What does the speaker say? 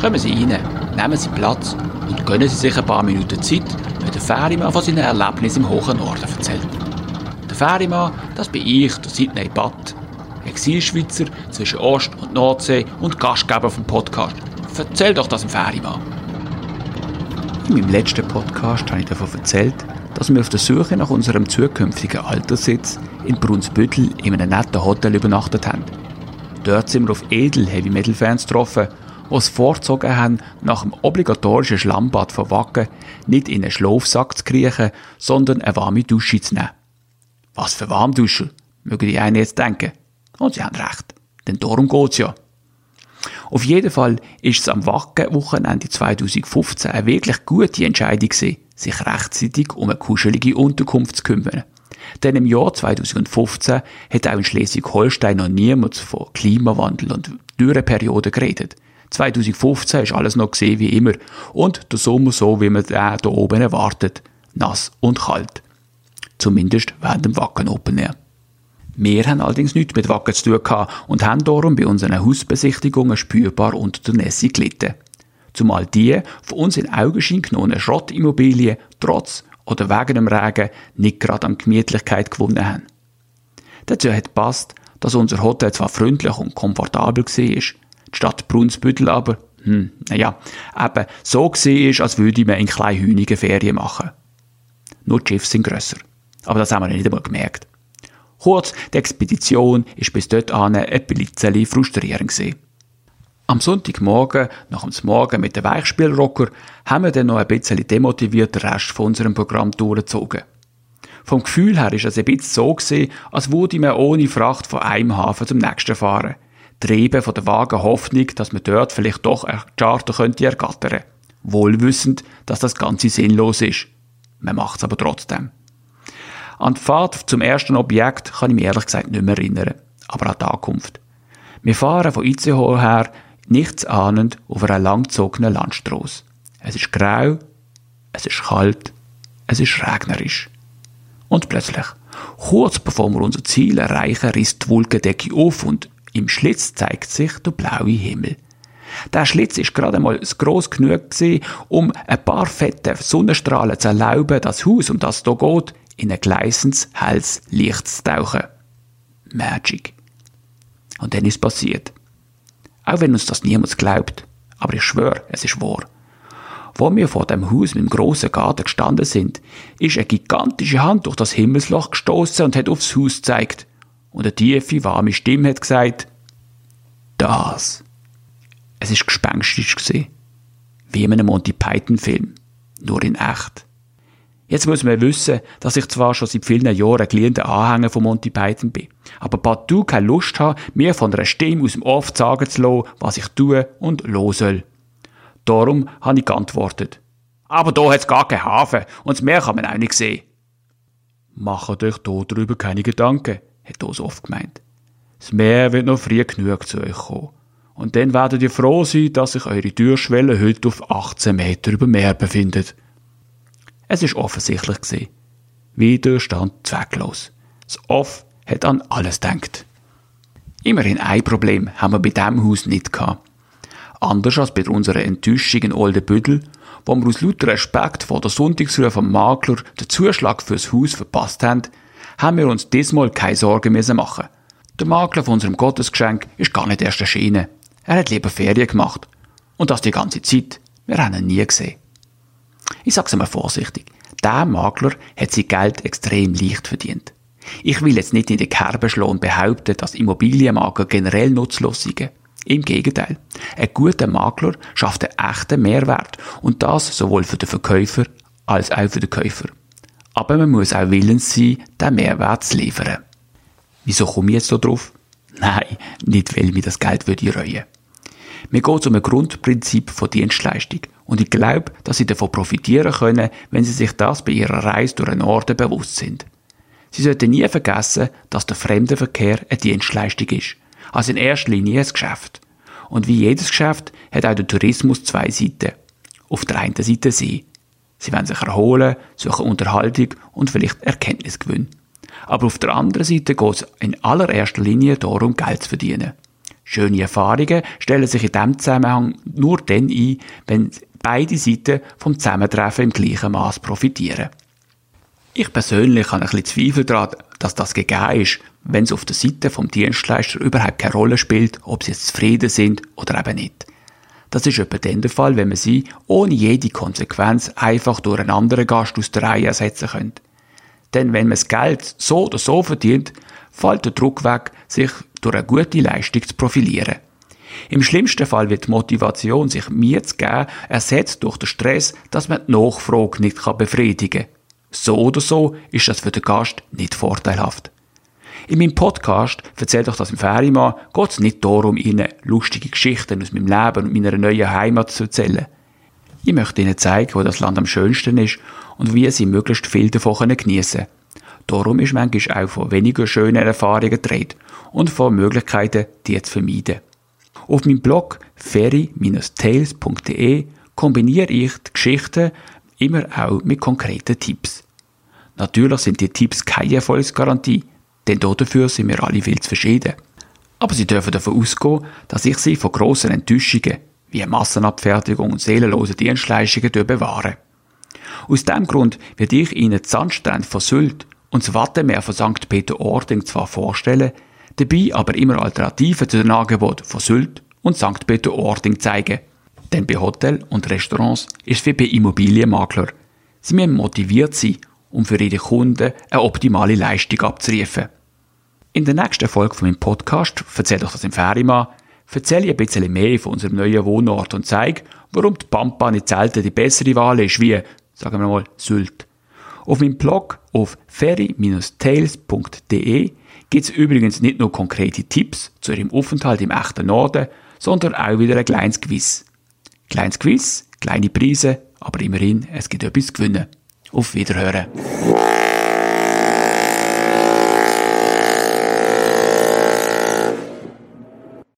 Kommen Sie rein, nehmen Sie Platz und gönnen Sie sich ein paar Minuten Zeit, wenn der Fährimann von seinen Erlebnissen im hohen Norden erzählt. Der Fährimann, das bin ich, der Sidney Batt, Exilschweizer zwischen Ost- und Nordsee und Gastgeber vom Podcast. Erzähl doch das dem Fährimann. In meinem letzten Podcast habe ich davon erzählt, dass wir auf der Suche nach unserem zukünftigen Alterssitz in Brunsbüttel in einem netten Hotel übernachtet haben. Dort sind wir auf Edel-Heavy-Metal-Fans getroffen, die es vorgezogen haben, nach dem obligatorischen Schlammbad von Wacken nicht in einen Schlafsack zu kriechen, sondern eine warme Dusche zu nehmen. Was für Warmduschen, mögen die einen jetzt denken. Und sie haben recht, denn darum geht's ja. Auf jeden Fall ist es am Wacken-Wochenende 2015 eine wirklich gute Entscheidung gewesen, sich rechtzeitig um eine kuschelige Unterkunft zu kümmern. Denn im Jahr 2015 hat auch in Schleswig-Holstein noch niemand von Klimawandel und Dürreperioden geredet. 2015 ist alles noch gesehen wie immer und der Sommer so, wie man den hier oben erwartet. Nass und kalt. Zumindest während dem Wacken Open Air. Wir haben allerdings nichts mit Wacken zu tun gehabt und haben darum bei unseren Hausbesichtigungen spürbar unter der Nässe gelitten. Zumal die von uns in Augenschein genommenen Schrottimmobilien trotz oder wegen dem Regen nicht gerade an Gemütlichkeit gewonnen haben. Dazu hat gepasst, dass unser Hotel zwar freundlich und komfortabel war, die Stadt Brunsbüttel aber, eben so war, als würde man in Kleinhünigen Ferien machen. Nur die Schiffe sind grösser. Aber das haben wir nicht einmal gemerkt. Kurz, die Expedition war bis dorthin ein bisschen frustrierend gewesen. Am Sonntagmorgen, nach dem Morgen mit dem Weichspielrocker, haben wir dann noch ein bisschen demotiviert den Rest von unserem Programm durchgezogen. Vom Gefühl her war es ein bisschen so gewesen, als würde man ohne Fracht von einem Hafen zum nächsten fahren. Treiben von der vagen Hoffnung, dass man dort vielleicht doch einen Charter könnte ergattern. Wohlwissend, dass das Ganze sinnlos ist. Man macht es aber trotzdem. An die Fahrt zum ersten Objekt kann ich mich ehrlich gesagt nicht mehr erinnern. Aber an die Ankunft. Wir fahren von Itzehoe her nichts ahnend auf einer langgezogenen Landstrasse. Es ist grau, es ist kalt, es ist regnerisch. Und plötzlich, kurz bevor wir unser Ziel erreichen, risst die Wolkendecke auf und im Schlitz zeigt sich der blaue Himmel. Der Schlitz ist gerade einmal gross genug gewesen, um ein paar fette Sonnenstrahlen zu erlauben, das Haus, um das es hier geht, in ein gleißendes, helles Licht zu tauchen. Magic. Und dann ist es passiert. Auch wenn uns das niemand glaubt. Aber ich schwöre, es ist wahr. Wo wir vor dem Haus mit dem grossen Garten gestanden sind, ist eine gigantische Hand durch das Himmelsloch gestoßen und hat aufs Haus gezeigt. Und eine tiefe, warme Stimme hat gesagt, das. Es war gespenstisch gewesen. Wie in einem Monty Python-Film. Nur in echt. Jetzt muss man wissen, dass ich zwar schon seit vielen Jahren ein glühender Anhänger von Monty Python bin, aber partout keine Lust habe, mir von einer Stimme aus dem Off sagen zu lassen, was ich tue und lassen soll. Darum habe ich geantwortet. Aber da hat es gar keinen Hafen und das Meer kann man auch nicht sehen. Macht euch darüber keine Gedanken, hat Osoff gemeint. Das Meer wird noch früh genug zu euch kommen. Und dann werdet ihr froh sein, dass sich eure Türschwelle heute auf 18 Meter über Meer befindet. Es war offensichtlich gewesen. Widerstand zwecklos. Das Off hat an alles gedacht. Immerhin ein Problem haben wir bei diesem Haus nicht gehabt. Anders als bei unserer Enttäuschung in Oldenbüttel, wo wir aus lauter Respekt vor der Sonntagsruhe vom Makler den Zuschlag fürs Haus verpasst haben wir uns diesmal keine Sorgen machen. Der Makler von unserem Gottesgeschenk ist gar nicht erst erschienen. Er hat lieber Ferien gemacht. Und das die ganze Zeit. Wir haben ihn nie gesehen. Ich sag's einmal vorsichtig. Der Makler hat sein Geld extrem leicht verdient. Ich will jetzt nicht in die Kerbe schlagen und behaupten, dass Immobilienmakler generell nutzlos sind. Im Gegenteil. Ein guter Makler schafft einen echten Mehrwert. Und das sowohl für den Verkäufer als auch für den Käufer. Aber man muss auch willens sein, den Mehrwert zu liefern. Wieso komme ich jetzt so drauf? Nein, nicht weil mir das Geld reuen würde. Mir geht um ein Grundprinzip von Dienstleistung. Und ich glaube, dass Sie davon profitieren können, wenn Sie sich das bei Ihrer Reise durch den Norden bewusst sind. Sie sollten nie vergessen, dass der Fremdenverkehr eine Dienstleistung ist. Also in erster Linie ein Geschäft. Und wie jedes Geschäft hat auch der Tourismus zwei Seiten. Auf der einen Seite Sie. Sie wollen sich erholen, suchen Unterhaltung und vielleicht Erkenntnisgewinn. Aber auf der anderen Seite geht es in allererster Linie darum, Geld zu verdienen. Schöne Erfahrungen stellen sich in diesem Zusammenhang nur dann ein, wenn beide Seiten vom Zusammentreffen im gleichen Maß profitieren. Ich persönlich habe ein bisschen Zweifel daran, dass das gegeben ist, wenn es auf der Seite vom Dienstleister überhaupt keine Rolle spielt, ob sie jetzt zufrieden sind oder eben nicht. Das ist etwa dann der Fall, wenn man sie ohne jede Konsequenz einfach durch einen anderen Gast aus der Reihe ersetzen könnte. Denn wenn man das Geld so oder so verdient, fällt der Druck weg, sich durch eine gute Leistung zu profilieren. Im schlimmsten Fall wird die Motivation, sich mir zu geben, ersetzt durch den Stress, dass man die Nachfrage nicht befriedigen kann. So oder so ist das für den Gast nicht vorteilhaft. In meinem Podcast «Erzähl doch das im Ferienmann» geht es nicht darum, Ihnen lustige Geschichten aus meinem Leben und meiner neuen Heimat zu erzählen. Ich möchte Ihnen zeigen, wo das Land am schönsten ist und wie Sie möglichst viel davon geniessen können. Darum ist manchmal auch von weniger schönen Erfahrungen die Rede und von Möglichkeiten, die zu vermeiden. Auf meinem Blog ferry-tales.de kombiniere ich die Geschichten immer auch mit konkreten Tipps. Natürlich sind die Tipps keine Erfolgsgarantie, denn dafür sind wir alle viel zu verschieden. Aber Sie dürfen davon ausgehen, dass ich Sie vor grossen Enttäuschungen wie Massenabfertigung und seelenlosen Dienstleistungen bewahre. Aus diesem Grund werde ich Ihnen die Sandstrände von Sylt und das Wattenmeer von St. Peter-Ording zwar vorstellen, dabei aber immer Alternativen zu den Angeboten von Sylt und St. Peter-Ording zeigen. Denn bei Hotels und Restaurants ist es wie bei Immobilienmaklern. Sie müssen motiviert sein, um für ihre Kunden eine optimale Leistung abzurufen. In der nächsten Folge von meinem Podcast «Erzähl doch das im Ferienmann» erzähle ich ein bisschen mehr von unserem neuen Wohnort und zeige, warum die Pampa nicht selten die bessere Wahl ist wie, sagen wir mal, Sylt. Auf meinem Blog auf ferry-tales.de gibt es übrigens nicht nur konkrete Tipps zu Ihrem Aufenthalt im echten Norden, sondern auch wieder ein kleines Quiz. Kleines Quiz, kleine Preise, aber immerhin, es gibt etwas zu gewinnen. Auf Wiederhören.